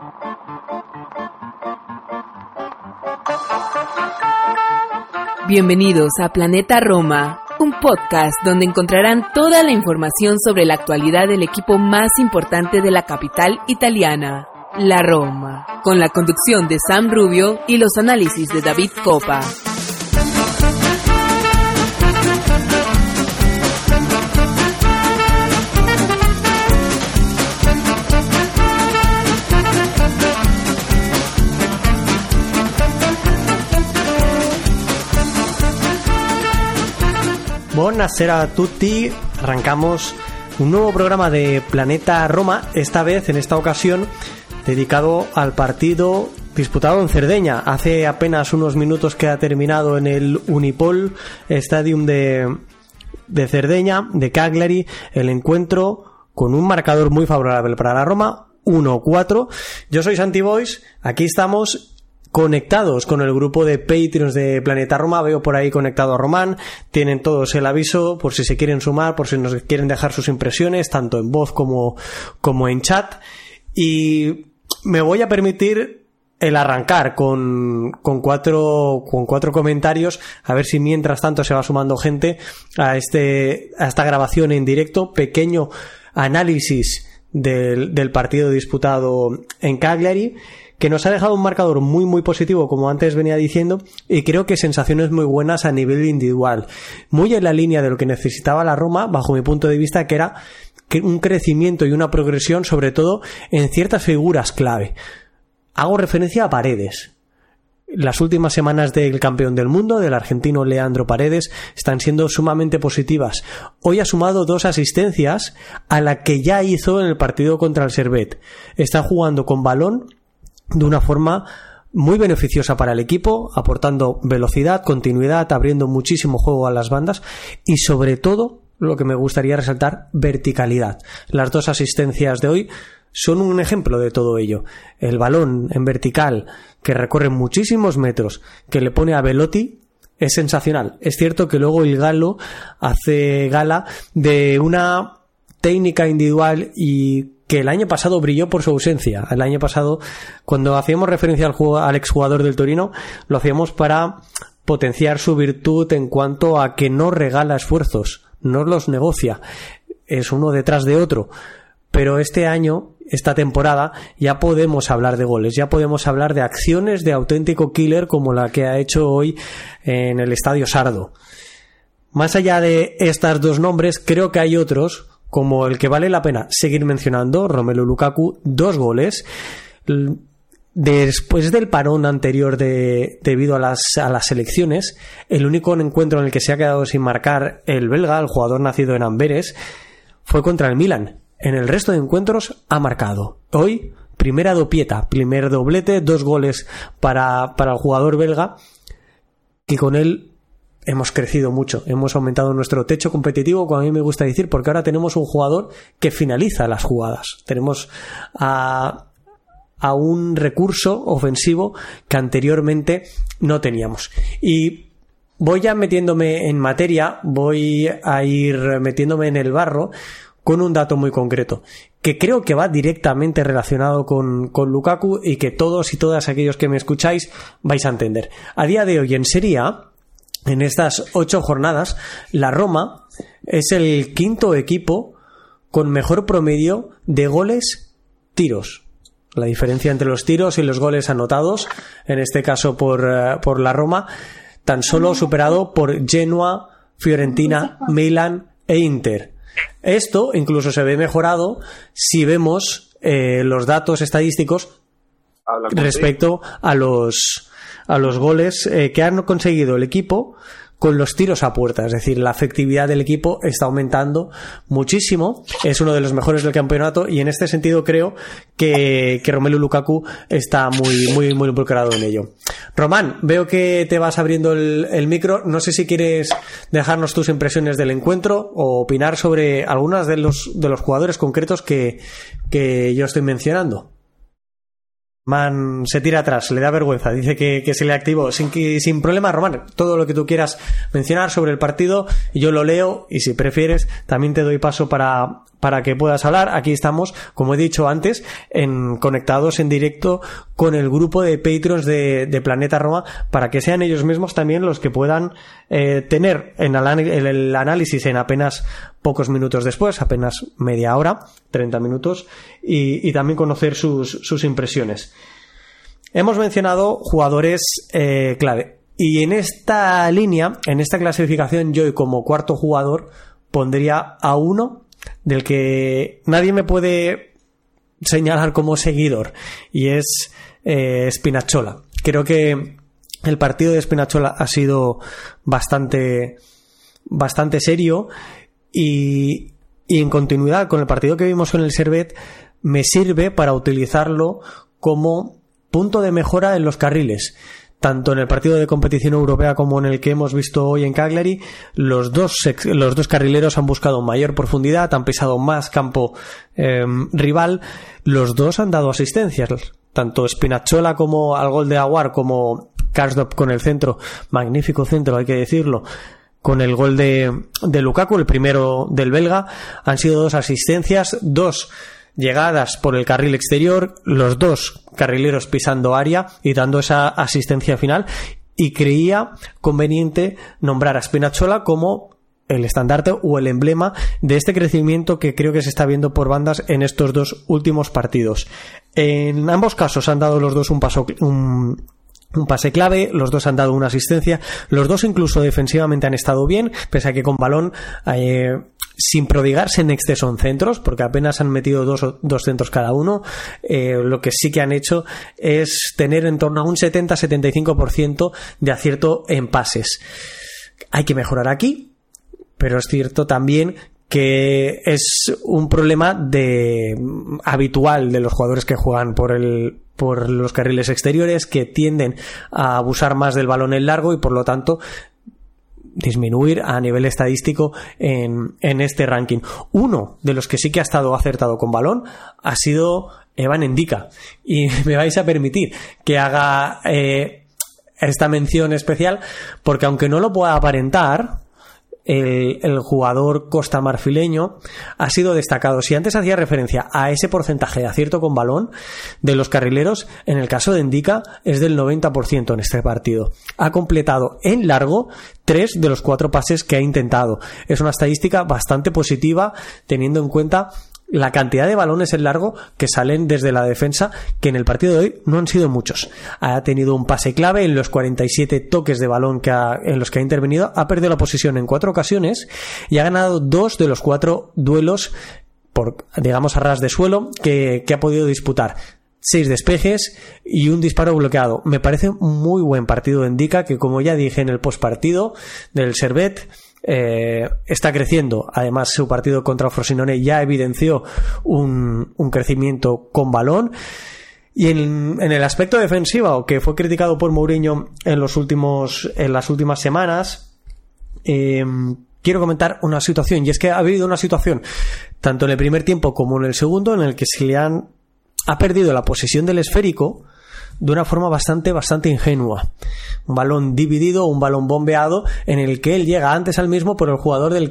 Bienvenidos a Planeta Roma, un podcast donde encontrarán toda la información sobre la actualidad del equipo más importante de la capital italiana, la Roma, con la conducción de Sam Rubio y los análisis de David Copa. Buonasera a tutti, arrancamos un nuevo programa de Planeta Roma, esta vez, en esta ocasión, dedicado al partido disputado en Cerdeña. Hace apenas unos minutos que ha terminado en el Unipol Stadium de Cerdeña, de Cagliari, el encuentro con un marcador muy favorable para la Roma, 1-4. Yo soy Santi Boys, aquí estamos conectados con el grupo de Patreons de Planeta Roma. Veo por ahí conectado a Román. Tienen todos el aviso por si se quieren sumar, por si nos quieren dejar sus impresiones, tanto en voz como en chat. Y me voy a permitir el arrancar con cuatro comentarios, a ver si mientras tanto se va sumando gente a esta grabación en directo. Pequeño análisis del partido disputado en Cagliari, que nos ha dejado un marcador muy muy positivo, como antes venía diciendo, y creo que sensaciones muy buenas a nivel individual, muy en la línea de lo que necesitaba la Roma, bajo mi punto de vista, que era un crecimiento y una progresión, sobre todo en ciertas figuras clave. Hago referencia a Paredes. Las últimas semanas del campeón del mundo, del argentino Leandro Paredes, están siendo sumamente positivas. Hoy ha sumado 2 asistencias a la que ya hizo en el partido contra el Servette. Está jugando con balón de una forma muy beneficiosa para el equipo, aportando velocidad, continuidad, abriendo muchísimo juego a las bandas y, sobre todo, lo que me gustaría resaltar, verticalidad. Las 2 asistencias de hoy son un ejemplo de todo ello. El balón en vertical, que recorre muchísimos metros, que le pone a Belotti, es sensacional. Es cierto que luego el galo hace gala de una técnica individual y que el año pasado brilló por su ausencia. El año pasado, cuando hacíamos referencia al exjugador del Torino, lo hacíamos para potenciar su virtud en cuanto a que no regala esfuerzos, no los negocia, es uno detrás de otro. Pero este año, esta temporada, ya podemos hablar de goles, ya podemos hablar de acciones de auténtico killer como la que ha hecho hoy en el Estadio Sardo. Más allá de estos 2 nombres, creo que hay otros, como el que vale la pena seguir mencionando, Romelu Lukaku, 2 goles. Después del parón anterior debido a las elecciones, el único encuentro en el que se ha quedado sin marcar el belga, el jugador nacido en Amberes, fue contra el Milan. En el resto de encuentros ha marcado. Hoy, primera doppietta, primer doblete, 2 goles para el jugador belga, y con él hemos crecido mucho, hemos aumentado nuestro techo competitivo, como a mí me gusta decir, porque ahora tenemos un jugador que finaliza las jugadas. Tenemos a un recurso ofensivo que anteriormente no teníamos. Y voy ya metiéndome en materia, voy a ir metiéndome en el barro con un dato muy concreto, que creo que va directamente relacionado con Lukaku y que todos y todas aquellos que me escucháis vais a entender. A día de hoy en Serie A, en estas 8 jornadas, la Roma es el 5º equipo con mejor promedio de goles-tiros. La diferencia entre los tiros y los goles anotados, en este caso por la Roma, tan solo superado por Genoa, Fiorentina, Milan e Inter. Esto incluso se ve mejorado si vemos los datos estadísticos respecto a los goles que han conseguido el equipo con los tiros a puerta. Es decir, la efectividad del equipo está aumentando muchísimo, es uno de los mejores del campeonato, y en este sentido creo que Romelu Lukaku está muy muy muy involucrado en ello. Román, veo que te vas abriendo el micro, no sé si quieres dejarnos tus impresiones del encuentro o opinar sobre algunas de los jugadores concretos que yo estoy mencionando. Man se tira atrás, le da vergüenza, dice que se le activó sin problema. Román, todo lo que tú quieras mencionar sobre el partido, yo lo leo y si prefieres también te doy paso para que puedas hablar. Aquí estamos, como he dicho antes, conectados en directo con el grupo de Patreons de Planeta Roma, para que sean ellos mismos también los que puedan tener el análisis en apenas pocos minutos después, apenas media hora, 30 minutos, y también conocer sus impresiones. Hemos mencionado jugadores clave, y en esta línea, en esta clasificación, yo como cuarto jugador pondría a uno del que nadie me puede señalar como seguidor, y es Spinazzola. Creo que el partido de Spinazzola ha sido bastante serio, y en continuidad con el partido que vimos en el Servette me sirve para utilizarlo como punto de mejora en los carriles. Tanto en el partido de competición europea como en el que hemos visto hoy en Cagliari, los dos carrileros han buscado mayor profundidad, han pisado más campo rival, los dos han dado asistencias, tanto Spinazzola como al gol de Aouar, como Karsdorp con el centro, magnífico centro, hay que decirlo, con el gol de Lukaku, el primero del belga. Han sido 2 asistencias, 2 llegadas por el carril exterior, los 2 carrileros pisando área y dando esa asistencia final, y creía conveniente nombrar a Spinazzola como el estandarte o el emblema de este crecimiento que creo que se está viendo por bandas en estos 2 últimos partidos. En ambos casos han dado los dos un pase clave, los dos han dado una asistencia, los dos incluso defensivamente han estado bien, pese a que con balón, sin prodigarse en exceso en centros, porque apenas han metido dos centros cada uno. Lo que sí que han hecho es tener en torno a un 70-75% de acierto en pases. Hay que mejorar aquí, pero es cierto también que es un problema habitual de los jugadores que juegan por los carriles exteriores, que tienden a abusar más del balón en largo y por lo tanto disminuir a nivel estadístico en este ranking. Uno de los que sí que ha estado acertado con balón ha sido Evan Endika, y me vais a permitir que haga esta mención especial porque, aunque no lo pueda aparentar, el jugador costamarfileño ha sido destacado. Si antes hacía referencia a ese porcentaje de acierto con balón de los carrileros, en el caso de Endika es del 90% en este partido. Ha completado en largo 3 de los 4 pases que ha intentado. Es una estadística bastante positiva, teniendo en cuenta la cantidad de balones en largo que salen desde la defensa, que en el partido de hoy no han sido muchos. Ha tenido un pase clave en los 47 toques de balón en los que ha intervenido, ha perdido la posesión en 4 ocasiones y ha ganado 2 de los 4 duelos a ras de suelo que ha podido disputar. 6 despejes y un disparo bloqueado. Me parece un muy buen partido de Endika, que, como ya dije en el postpartido del Servette, está creciendo. Además, su partido contra Frosinone ya evidenció un crecimiento con balón. Y en el aspecto defensivo, que fue criticado por Mourinho en las últimas semanas, quiero comentar una situación, y es que ha habido una situación tanto en el primer tiempo como en el segundo en el que ha perdido la posesión del esférico de una forma bastante ingenua. Un balón dividido, un balón bombeado, en el que él llega antes al mismo, por el jugador del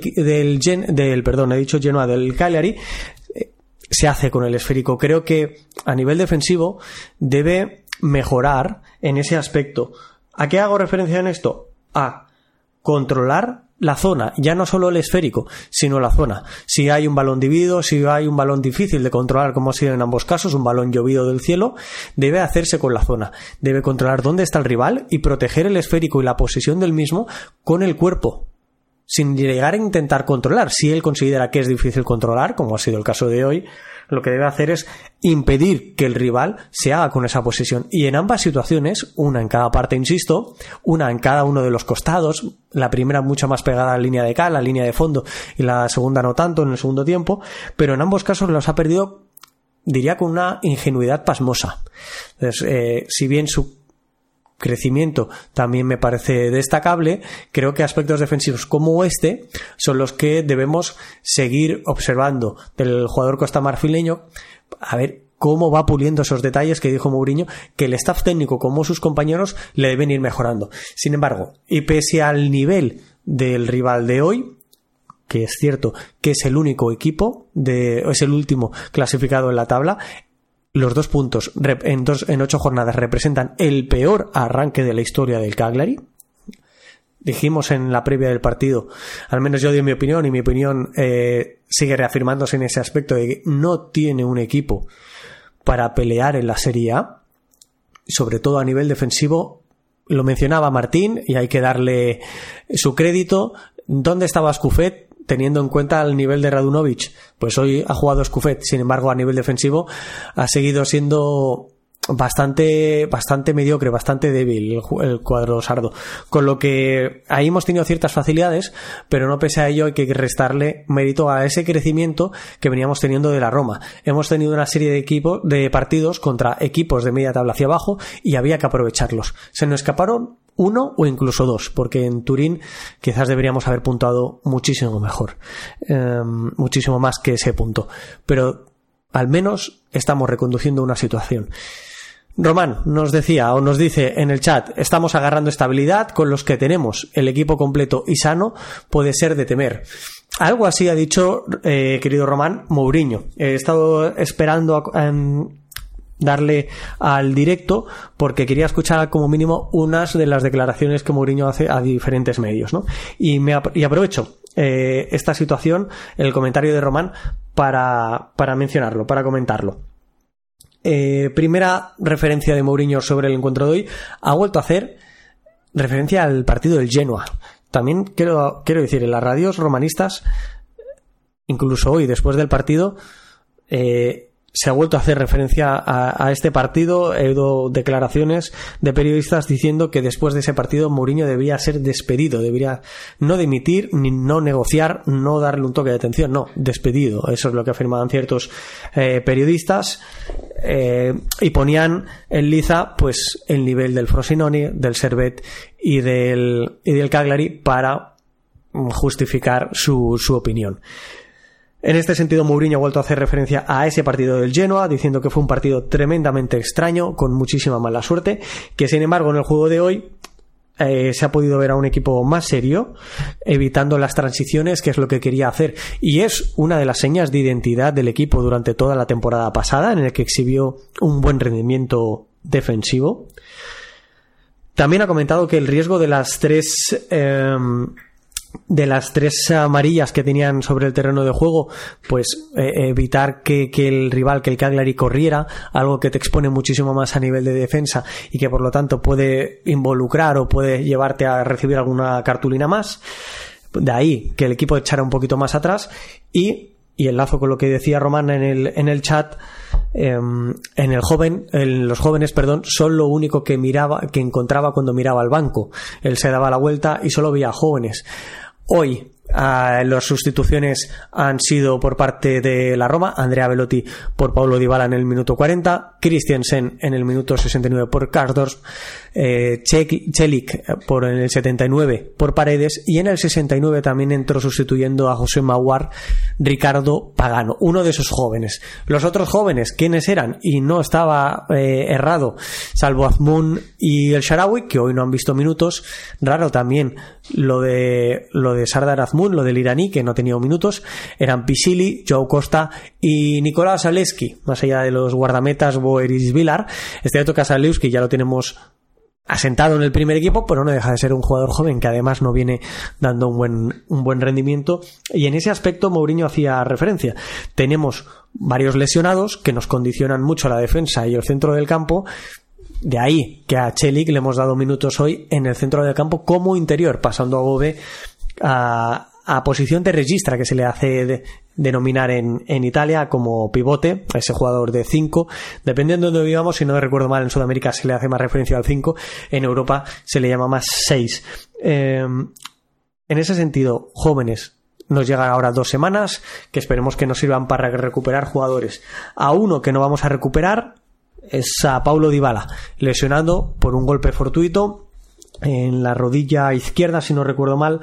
Cagliari se hace con el esférico. Creo que a nivel defensivo debe mejorar en ese aspecto. ¿A qué hago referencia en esto? A controlar la zona, ya no solo el esférico, sino la zona. Si hay un balón dividido, si hay un balón difícil de controlar, como ha sido en ambos casos, un balón llovido del cielo, debe hacerse con la zona. Debe controlar dónde está el rival y proteger el esférico y la posesión del mismo con el cuerpo, sin llegar a intentar controlar. Si él considera que es difícil controlar, como ha sido el caso de hoy, lo que debe hacer es impedir que el rival se haga con esa posesión. Y en ambas situaciones, una en cada parte, insisto, una en cada uno de los costados, la primera mucho más pegada a la línea de cal, la línea de fondo, y la segunda no tanto en el segundo tiempo, pero en ambos casos los ha perdido, diría, con una ingenuidad pasmosa. Entonces, si bien su crecimiento también me parece destacable, creo que aspectos defensivos como este son los que debemos seguir observando del jugador costamarfileño, a ver cómo va puliendo esos detalles que dijo Mourinho, que el staff técnico como sus compañeros le deben ir mejorando. Sin embargo, y pese al nivel del rival de hoy, que es cierto que es el único equipo, es el último clasificado en la tabla, los 2 puntos en 8 jornadas representan el peor arranque de la historia del Cagliari. Dijimos en la previa del partido, al menos yo di mi opinión, y mi opinión sigue reafirmándose en ese aspecto de que no tiene un equipo para pelear en la Serie A, sobre todo a nivel defensivo. Lo mencionaba Martín y hay que darle su crédito. ¿Dónde estaba Scufet teniendo en cuenta el nivel de Radunovic? Pues hoy ha jugado Scufet, sin embargo a nivel defensivo ha seguido siendo bastante mediocre, bastante débil el cuadro sardo, con lo que ahí hemos tenido ciertas facilidades, pero no pese a ello hay que restarle mérito a ese crecimiento que veníamos teniendo de la Roma. Hemos tenido una serie de partidos contra equipos de media tabla hacia abajo y había que aprovecharlos. Se nos escaparon 1 o incluso 2, porque en Turín quizás deberíamos haber puntuado muchísimo mejor, muchísimo más que ese punto, pero al menos estamos reconduciendo una situación. Román nos decía o nos dice en el chat: estamos agarrando estabilidad con los que tenemos, el equipo completo y sano puede ser de temer. Algo así ha dicho, querido Román, Mourinho. He estado esperando darle al directo porque quería escuchar como mínimo unas de las declaraciones que Mourinho hace a diferentes medios, ¿no? Y aprovecho esta situación, el comentario de Román, para mencionarlo, para comentarlo. Primera referencia de Mourinho sobre el encuentro de hoy, ha vuelto a hacer referencia al partido del Genoa. También quiero decir, en las radios romanistas, incluso hoy después del partido, se ha vuelto a hacer referencia a este partido. He oído declaraciones de periodistas diciendo que después de ese partido Mourinho debía ser despedido, debería no dimitir, ni no negociar, no darle un toque de atención, no, despedido. Eso es lo que afirmaban ciertos periodistas, y ponían en liza pues el nivel del Frosinone, del Servette y del Cagliari para justificar su opinión. En este sentido, Mourinho ha vuelto a hacer referencia a ese partido del Genoa, diciendo que fue un partido tremendamente extraño, con muchísima mala suerte, que sin embargo en el juego de hoy se ha podido ver a un equipo más serio, evitando las transiciones, que es lo que quería hacer, y es una de las señas de identidad del equipo durante toda la temporada pasada, en el que exhibió un buen rendimiento defensivo. También ha comentado que el riesgo de las tres amarillas que tenían sobre el terreno de juego, pues evitar que el rival, que el Cagliari corriera, algo que te expone muchísimo más a nivel de defensa y que por lo tanto puede involucrar o puede llevarte a recibir alguna cartulina más. De ahí que el equipo echara un poquito más atrás, y enlazo con lo que decía Román en el chat. Los jóvenes son lo único que encontraba cuando miraba al banco. Él se daba la vuelta y solo veía jóvenes. Hoy las sustituciones han sido por parte de la Roma: Andrea Belotti por Paulo Dybala en el minuto 40, Christensen en el minuto 69 por Karsdorp, Celik en el 79 por Paredes, y en el 69 también entró sustituyendo a José Mauar Ricardo Pagano, uno de esos jóvenes. Los otros jóvenes, ¿quiénes eran? Y no estaba errado, salvo Azmoun y el Shaarawy, que hoy no han visto minutos. Raro también lo de Sardar Azmoun, lo del iraní, que no ha tenido minutos. Eran Pisili, Joao Costa y Nicolás Zalewski, más allá de los guardametas Boeris Vilar. Este dato que Zalewski ya lo tenemos asentado en el primer equipo, pero no deja de ser un jugador joven que además no viene dando un buen rendimiento, y en ese aspecto Mourinho hacía referencia. Tenemos varios lesionados que nos condicionan mucho la defensa y el centro del campo. De ahí que a Celik le hemos dado minutos hoy en el centro del campo como interior, pasando a Bove a posición de registra, que se le hace denominar en Italia como pivote, ese jugador de 5, dependiendo de donde vivamos. Si no recuerdo mal, en Sudamérica se le hace más referencia al 5, en Europa se le llama más 6. En ese sentido, jóvenes, nos llegan ahora 2 semanas que esperemos que nos sirvan para recuperar jugadores. A uno que no vamos a recuperar es a Paulo Dybala, lesionado por un golpe fortuito en la rodilla izquierda, si no recuerdo mal.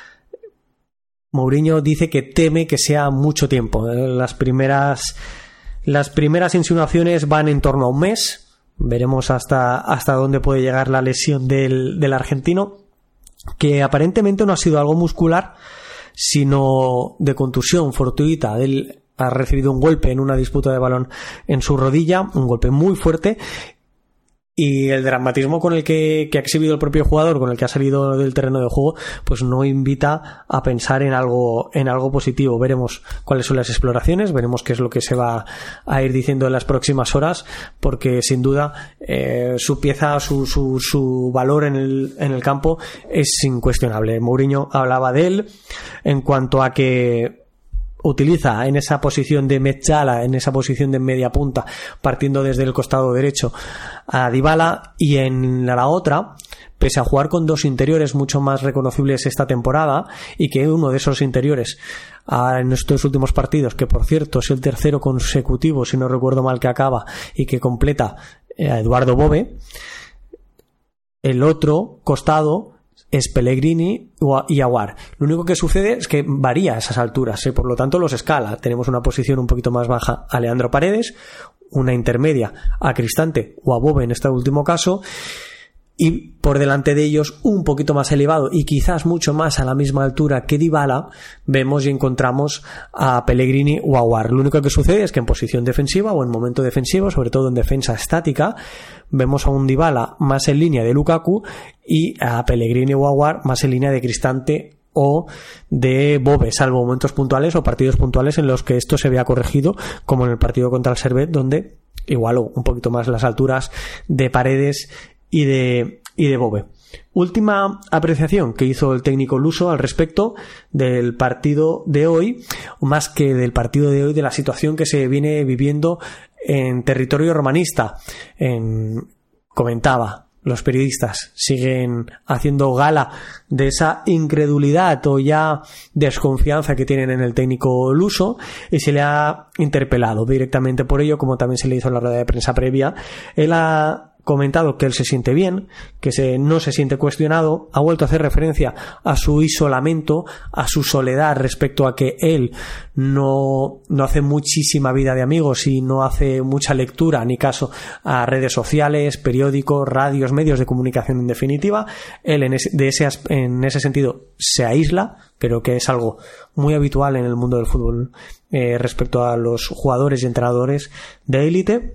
Mourinho dice que teme que sea mucho tiempo. Las primeras Las primeras insinuaciones van en torno a un mes. Veremos hasta dónde puede llegar la lesión del argentino, que aparentemente no ha sido algo muscular, sino de contusión fortuita. Él ha recibido un golpe en una disputa de balón en su rodilla, un golpe muy fuerte, y el dramatismo con el que ha exhibido el propio jugador, con el que ha salido del terreno de juego, pues no invita a pensar en algo positivo. Veremos cuáles son las exploraciones, veremos qué es lo que se va a ir diciendo en las próximas horas, porque sin duda su pieza, su valor en el campo es incuestionable. Mourinho hablaba de él en cuanto a que utiliza en esa posición de Mezzala, en esa posición de media punta, partiendo desde el costado derecho a Dybala, y en la otra, pese a jugar con dos interiores mucho más reconocibles esta temporada, y que uno de esos interiores en estos últimos partidos, que por cierto es el tercero consecutivo, si no recuerdo mal, que acaba y que completa a Eduardo Bove, el otro costado es Pellegrini y Aouar. Lo único que sucede es que varía a esas alturas, por lo tanto los escala. Tenemos una posición un poquito más baja a Leandro Paredes, una intermedia a Cristante o a Bove en este último caso, y por delante de ellos un poquito más elevado y quizás mucho más a la misma altura que Dybala, vemos y encontramos a Pellegrini o a Aouar. Lo único que sucede es que en posición defensiva o en momento defensivo, sobre todo en defensa estática, vemos a un Dybala más en línea de Lukaku y a Pellegrini o Aouar más en línea de Cristante o de Bove, salvo momentos puntuales o partidos puntuales en los que esto se vea corregido, como en el partido contra el Servette, donde igualó un poquito más las alturas de Paredes y de Bove. Última apreciación que hizo el técnico luso al respecto del partido de hoy, más que del partido de hoy, de la situación que se viene viviendo en territorio romanista. Comentaba: los periodistas siguen haciendo gala de esa incredulidad o ya desconfianza que tienen en el técnico luso, y se le ha interpelado directamente por ello, como también se le hizo en la rueda de prensa previa. Él ha comentado que él se siente bien, que no se siente cuestionado, ha vuelto a hacer referencia a su isolamiento, a su soledad respecto a que él no hace muchísima vida de amigos y no hace mucha lectura ni caso a redes sociales, periódicos, radios, medios de comunicación en definitiva. Él en ese sentido se aísla, pero que es algo muy habitual en el mundo del fútbol respecto a los jugadores y entrenadores de élite.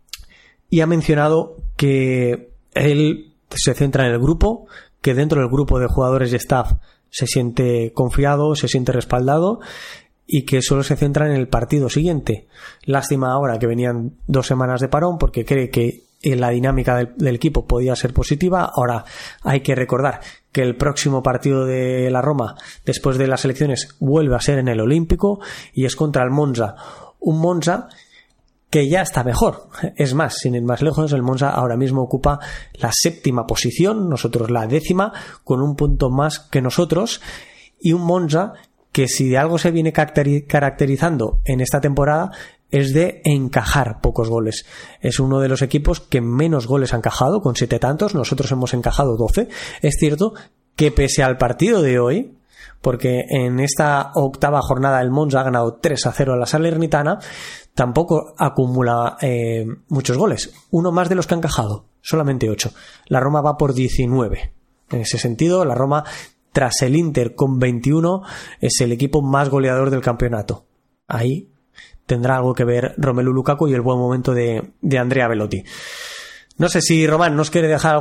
Y ha mencionado que él se centra en el grupo, que dentro del grupo de jugadores y staff se siente confiado, se siente respaldado, y que solo se centra en el partido siguiente. Lástima ahora que venían 2 semanas de parón, porque cree que la dinámica del equipo podía ser positiva. Ahora hay que recordar que el próximo partido de la Roma, después de las elecciones, vuelve a ser en el Olímpico y es contra el Monza. Un Monza que ya está mejor. Es más, sin ir más lejos, el Monza ahora mismo ocupa la 7ª posición, nosotros la 10ª, con un punto más que nosotros, y un Monza que, si de algo se viene caracterizando en esta temporada, es de encajar pocos goles. Es uno de los equipos que menos goles ha encajado, con 7 tantos, nosotros hemos encajado 12. Es cierto que pese al partido de hoy, porque en esta 8ª jornada el Monza ha ganado 3-0 a la Salernitana, tampoco acumula muchos goles. Uno más de los que ha encajado, solamente 8. La Roma va por 19. En ese sentido, la Roma, tras el Inter con 21, es el equipo más goleador del campeonato. Ahí tendrá algo que ver Romelu Lukaku y el buen momento de Andrea Belotti. No sé si Román nos quiere dejar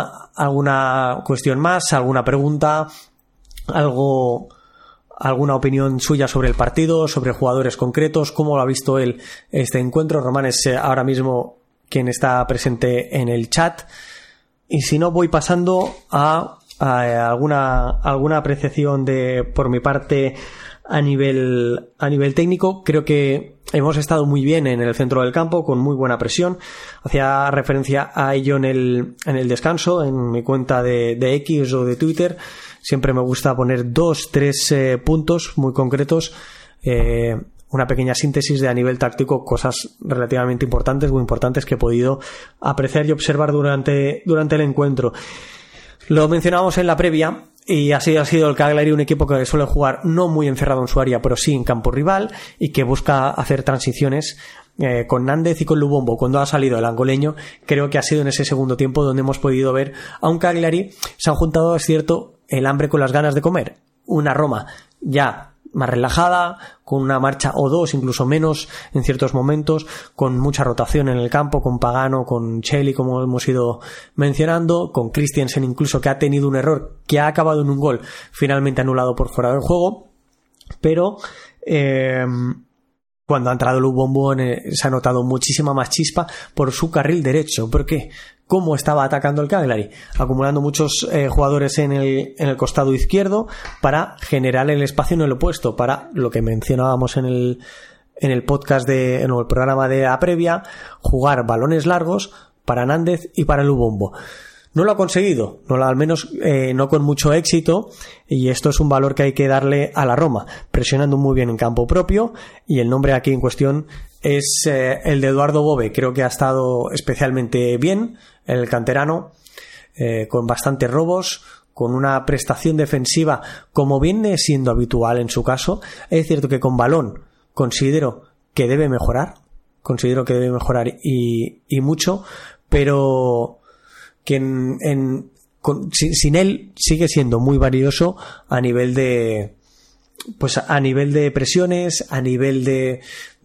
alguna cuestión más, alguna pregunta, alguna opinión suya sobre el partido, sobre jugadores concretos, cómo lo ha visto él este encuentro. Román es ahora mismo quien está presente en el chat, y si no, voy pasando a alguna apreciación por mi parte a nivel técnico. Creo que hemos estado muy bien en el centro del campo, con muy buena presión. Hacía referencia a ello en el descanso, en mi cuenta de X o de Twitter. Siempre me gusta poner 2-3 puntos muy concretos, una pequeña síntesis de a nivel táctico, cosas relativamente importantes, muy importantes, que he podido apreciar y observar durante el encuentro. Lo mencionábamos en la previa, y así ha sido el Cagliari, un equipo que suele jugar no muy encerrado en su área, pero sí en campo rival, y que busca hacer transiciones con Nández y con Lubombo, cuando ha salido el angoleño, creo que ha sido en ese segundo tiempo donde hemos podido ver a un Cagliari. Se han juntado, es cierto, el hambre con las ganas de comer. Una Roma ya más relajada, con una marcha o dos, incluso menos en ciertos momentos, con mucha rotación en el campo, con Pagano, con Cheli, como hemos ido mencionando, con Christiansen incluso, que ha tenido un error que ha acabado en un gol finalmente anulado por fuera del juego, pero cuando ha entrado Lubombo se ha notado muchísima más chispa por su carril derecho. ¿Por qué? ¿Cómo estaba atacando el Cagliari? Acumulando muchos jugadores en el costado izquierdo para generar el espacio en el opuesto, para lo que mencionábamos en el podcast en el programa de la previa, jugar balones largos para Nández y para Lubombo. No lo ha conseguido, al menos no con mucho éxito, y esto es un valor que hay que darle a la Roma, presionando muy bien en campo propio, y el nombre aquí en cuestión es el de Eduardo Bove. Creo que ha estado especialmente bien el canterano, con bastantes robos, con una prestación defensiva como viene siendo habitual en su caso. Es cierto que con balón considero que debe mejorar y mucho, pero que sin él sigue siendo muy valioso a nivel de presiones, a nivel de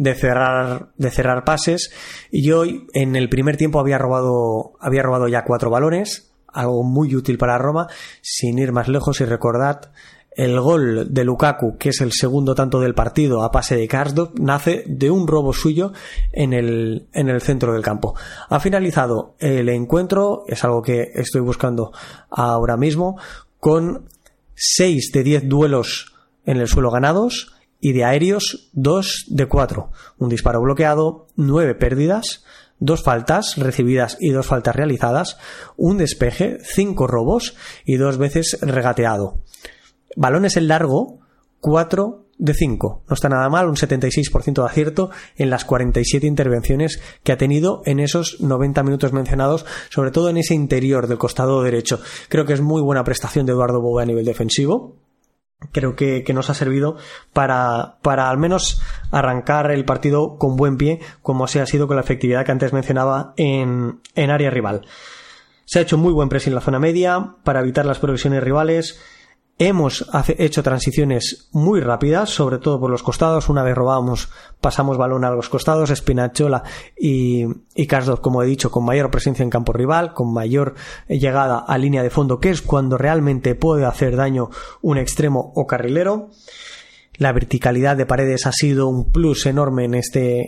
cerrar pases. Y hoy en el primer tiempo había robado ya 4 balones, algo muy útil para Roma. Sin ir más lejos, y recordad, el gol de Lukaku, que es el segundo tanto del partido a pase de Karsdorp, nace de un robo suyo en el centro del campo. Ha finalizado el encuentro, es algo que estoy buscando ahora mismo, con 6 de 10 duelos en el suelo ganados, y de aéreos 2 de 4. Un disparo bloqueado, 9 pérdidas, 2 faltas recibidas y 2 faltas realizadas, un despeje, 5 robos y 2 veces regateado. Balones en largo, 4 de 5. No está nada mal, un 76% de acierto en las 47 intervenciones que ha tenido en esos 90 minutos mencionados, sobre todo en ese interior del costado derecho. Creo que es muy buena prestación de Eduardo Bove a nivel defensivo. Creo que nos ha servido para al menos arrancar el partido con buen pie, como así ha sido con la efectividad que antes mencionaba en área rival. Se ha hecho muy buen pressing en la zona media para evitar las progresiones rivales. Hemos hecho transiciones muy rápidas, sobre todo por los costados. Una vez robamos, pasamos balón a los costados. Spinazzola y Karsdorp, como he dicho, con mayor presencia en campo rival, con mayor llegada a línea de fondo, que es cuando realmente puede hacer daño un extremo o carrilero. La verticalidad de Paredes ha sido un plus enorme en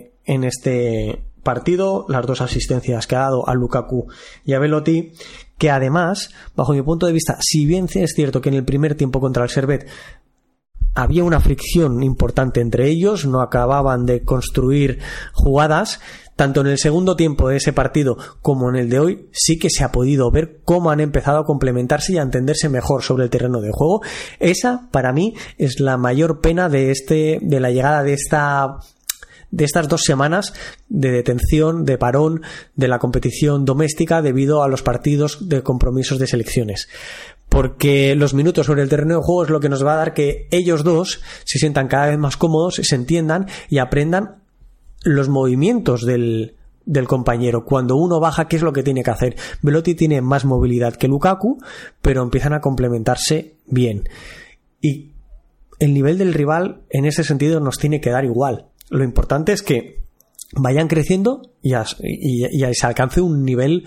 este partido. Las 2 asistencias que ha dado a Lukaku y a Belotti, que además, bajo mi punto de vista, si bien es cierto que en el primer tiempo contra el Servette había una fricción importante entre ellos, no acababan de construir jugadas, tanto en el segundo tiempo de ese partido como en el de hoy sí que se ha podido ver cómo han empezado a complementarse y a entenderse mejor sobre el terreno de juego. Esa, para mí, es la mayor pena de la llegada de estas 2 semanas de detención, de parón de la competición doméstica debido a los partidos de compromisos de selecciones. Porque los minutos sobre el terreno de juego es lo que nos va a dar que ellos dos se sientan cada vez más cómodos, se entiendan y aprendan los movimientos del compañero. Cuando uno baja, ¿qué es lo que tiene que hacer? Belotti tiene más movilidad que Lukaku, pero empiezan a complementarse bien. Y el nivel del rival en ese sentido nos tiene que dar igual. Lo importante es que vayan creciendo y se alcance un nivel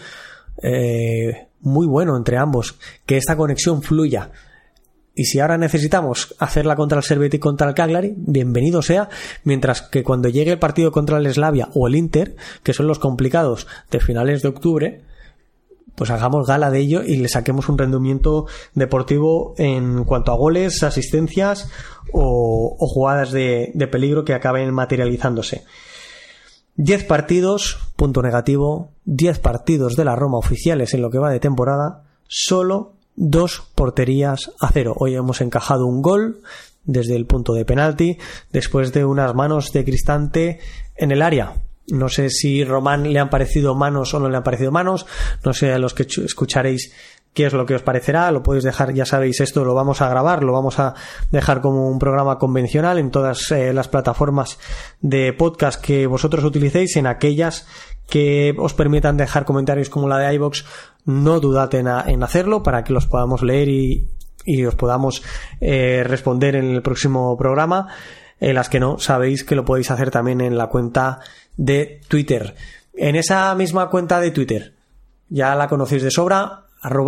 muy bueno entre ambos, que esta conexión fluya. Y si ahora necesitamos hacerla contra el Servette y contra el Cagliari, bienvenido sea, mientras que cuando llegue el partido contra el Slavia o el Inter, que son los complicados de finales de octubre, pues hagamos gala de ello y le saquemos un rendimiento deportivo en cuanto a goles, asistencias o jugadas de peligro que acaben materializándose. 10 partidos, punto negativo, 10 partidos de la Roma oficiales en lo que va de temporada, solo 2 porterías a 0. Hoy hemos encajado un gol desde el punto de penalti después de unas manos de Cristante en el área. No sé si Román le han parecido manos o no le han parecido manos. No sé a los que escucharéis qué es lo que os parecerá. Lo podéis dejar, ya sabéis, esto lo vamos a grabar, lo vamos a dejar como un programa convencional en todas las plataformas de podcast que vosotros utilicéis. En aquellas que os permitan dejar comentarios como la de iVoox, no dudad en hacerlo para que los podamos leer y os podamos responder en el próximo programa. En las que no, sabéis que lo podéis hacer también en la cuenta de Twitter. En esa misma cuenta de Twitter, ya la conocéis de sobra,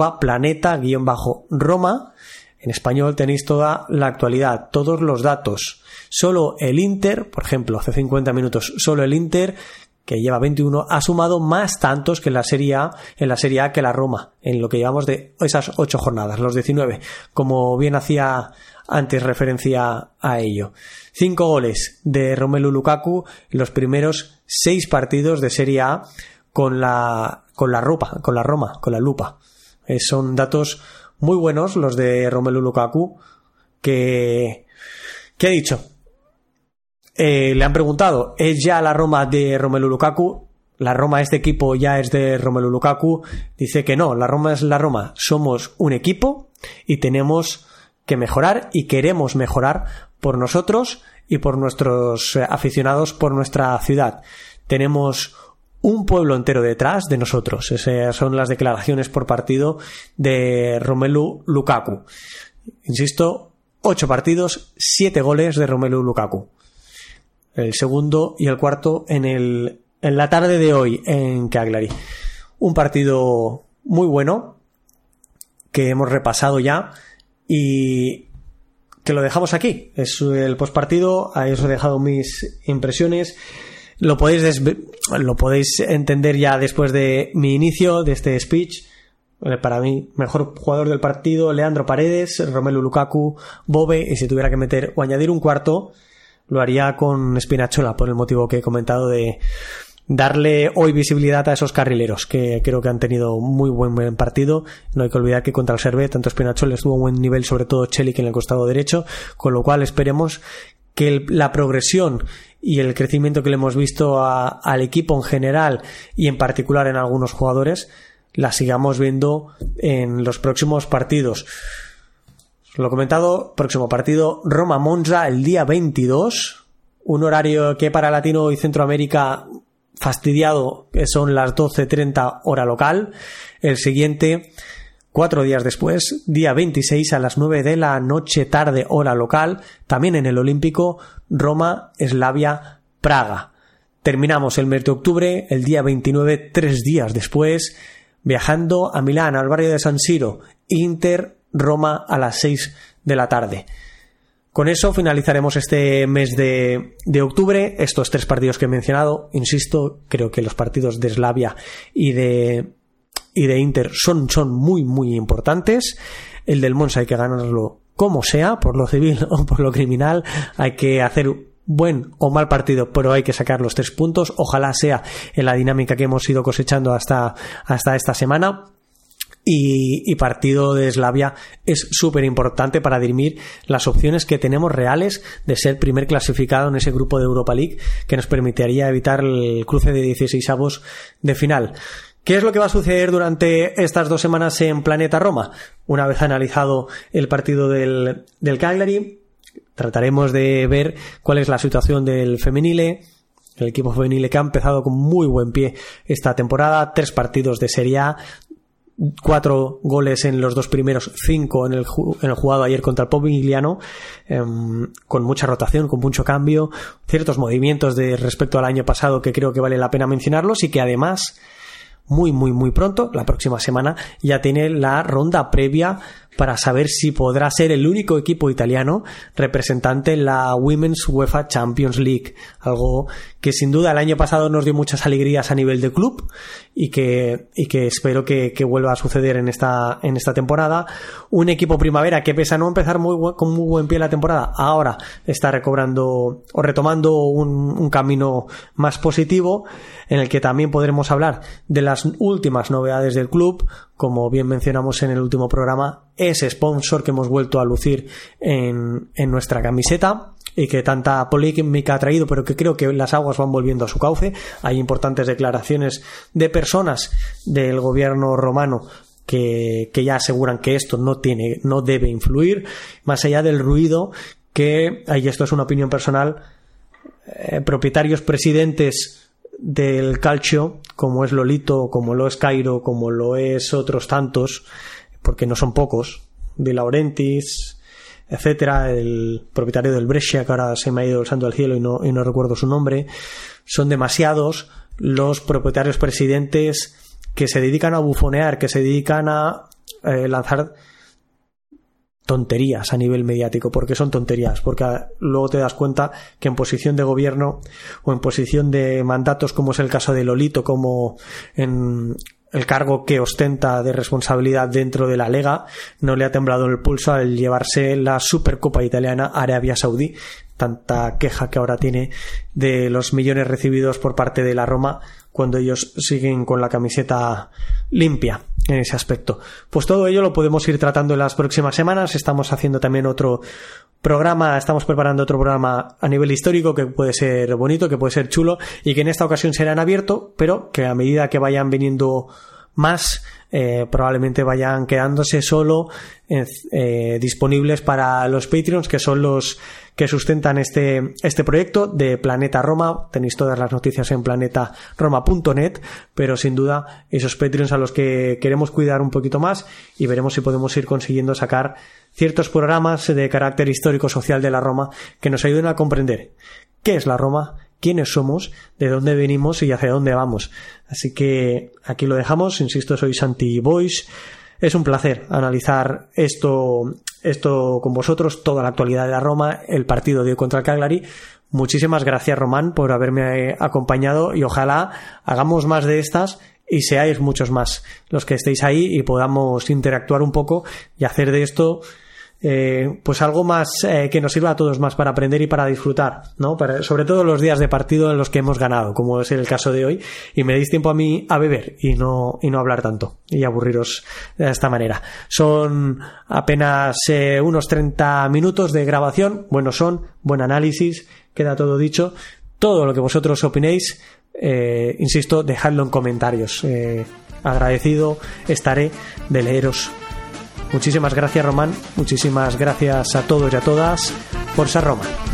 @planeta_Roma. En español tenéis toda la actualidad, todos los datos. Solo el Inter, por ejemplo, hace 50 minutos, solo el Inter, que lleva 21, ha sumado más tantos que en la Serie A que la Roma, en lo que llevamos de esas 8 jornadas, los 19, como bien hacía antes referencia a ello. 5 goles de Romelu Lukaku en los primeros 6 partidos de Serie A con la lupa. Son datos muy buenos los de Romelu Lukaku, que ha dicho. Le han preguntado, ¿es ya la Roma de Romelu Lukaku? La Roma, este equipo ya es de Romelu Lukaku. Dice que no, la Roma es la Roma. Somos un equipo y tenemos que mejorar y queremos mejorar por nosotros y por nuestros aficionados, por nuestra ciudad. Tenemos un pueblo entero detrás de nosotros. Esas son las declaraciones por partido de Romelu Lukaku. Insisto, 8 partidos, 7 goles de Romelu Lukaku. El segundo y el cuarto en la tarde de hoy en Cagliari. Un partido muy bueno que hemos repasado ya y que lo dejamos aquí. Es el postpartido, ahí os he dejado mis impresiones. Lo podéis entender ya después de mi inicio de este speech. Para mí, mejor jugador del partido, Leandro Paredes, Romelu Lukaku, Bove, y si tuviera que meter o añadir un cuarto, lo haría con Spinazzola, por el motivo que he comentado de darle hoy visibilidad a esos carrileros que creo que han tenido muy buen partido. No hay que olvidar que contra el Servette tanto Spinazzola estuvo a buen nivel, sobre todo Celik en el costado derecho, con lo cual esperemos que la progresión y el crecimiento que le hemos visto al equipo en general y en particular en algunos jugadores la sigamos viendo en los próximos partidos. Lo he comentado, próximo partido Roma-Monza el día 22, un horario que para Latino y Centroamérica fastidiado, que son las 12:30 hora local. El siguiente, 4 días después, día 26 a las 9 de la noche tarde hora local, también en el Olímpico, Roma-Slavia-Praga. Terminamos el mes de octubre, el día 29, 3 días después, viajando a Milán, al barrio de San Siro, Inter-Roma a las 6 de la tarde. Con eso finalizaremos este mes de octubre. Estos 3 partidos que he mencionado, insisto, creo que los partidos de Slavia y de Inter son muy muy importantes. El del Monza hay que ganarlo como sea, por lo civil o por lo criminal. Hay que hacer buen o mal partido, pero hay que sacar los 3 puntos. Ojalá sea en la dinámica que hemos ido cosechando hasta esta semana. Y partido de Slavia es súper importante para dirimir las opciones que tenemos reales de ser primer clasificado en ese grupo de Europa League, que nos permitiría evitar el cruce de 16avos de final. ¿Qué es lo que va a suceder durante estas 2 semanas en Planeta Roma? Una vez analizado el partido del Cagliari, trataremos de ver cuál es la situación del Femenile, el equipo femenile que ha empezado con muy buen pie esta temporada, 3 partidos de Serie A, 4 goles en los 2 primeros, 5 en el jugado ayer contra el Pomigliano, con mucha rotación, con mucho cambio, ciertos movimientos respecto al año pasado que creo que vale la pena mencionarlos, y que además muy pronto, la próxima semana, ya tiene la ronda previa para saber si podrá ser el único equipo italiano representante en la Women's UEFA Champions League, algo que sin duda el año pasado nos dio muchas alegrías a nivel de club y que espero que vuelva a suceder en esta temporada. Un equipo primavera que, pese a no empezar con muy buen pie la temporada, ahora está recobrando o retomando un camino más positivo, en el que también podremos hablar de las últimas novedades del club, como bien mencionamos en el último programa, ese sponsor que hemos vuelto a lucir en nuestra camiseta y que tanta polémica ha traído, pero que creo que las aguas van volviendo a su cauce. Hay importantes declaraciones de personas del gobierno romano que ya aseguran que esto no debe influir, más allá del ruido que, y esto es una opinión personal, propietarios presidentes del calcio, como es Lolito, como lo es Cairo, como lo es otros tantos, porque no son pocos, De Laurentiis, etcétera, el propietario del Brescia, que ahora se me ha ido el santo al cielo y no recuerdo su nombre, son demasiados los propietarios presidentes que se dedican a bufonear, que se dedican a lanzar tonterías a nivel mediático. ¿Por qué son tonterías? Porque luego te das cuenta que en posición de gobierno o en posición de mandatos, como es el caso de Lolito, como en el cargo que ostenta de responsabilidad dentro de la Lega, no le ha temblado el pulso al llevarse la Supercopa italiana a Arabia Saudí. Tanta queja que ahora tiene de los millones recibidos por parte de la Roma cuando ellos siguen con la camiseta limpia en ese aspecto. Pues todo ello lo podemos ir tratando en las próximas semanas. Estamos haciendo también otro programa, estamos preparando otro programa a nivel histórico que puede ser bonito, que puede ser chulo y que en esta ocasión será en abierto, pero que a medida que vayan viniendo más, probablemente vayan quedándose solo disponibles para los Patreons, que son los que sustentan este proyecto de Planeta Roma. Tenéis todas las noticias en planetaroma.net, pero sin duda esos Patreons a los que queremos cuidar un poquito más, y veremos si podemos ir consiguiendo sacar ciertos programas de carácter histórico-social de la Roma que nos ayuden a comprender qué es la Roma, quiénes somos, de dónde venimos y hacia dónde vamos. Así que aquí lo dejamos. Insisto, soy Santi Boix. Es un placer analizar esto con vosotros, toda la actualidad de la Roma, el partido de hoy contra el Cagliari. Muchísimas gracias, Román, por haberme acompañado, y ojalá hagamos más de estas y seáis muchos más los que estéis ahí y podamos interactuar un poco y hacer de esto pues algo más que nos sirva a todos más para aprender y para disfrutar, ¿no? Sobre todo los días de partido en los que hemos ganado, como es el caso de hoy, y me deis tiempo a mí a beber y no hablar tanto y aburriros de esta manera. Son apenas unos 30 minutos de grabación, buen análisis, queda todo dicho. Todo lo que vosotros opinéis, insisto, dejadlo en comentarios. Agradecido estaré de leeros. Muchísimas gracias, Román. Muchísimas gracias a todos y a todas. Forza Roma.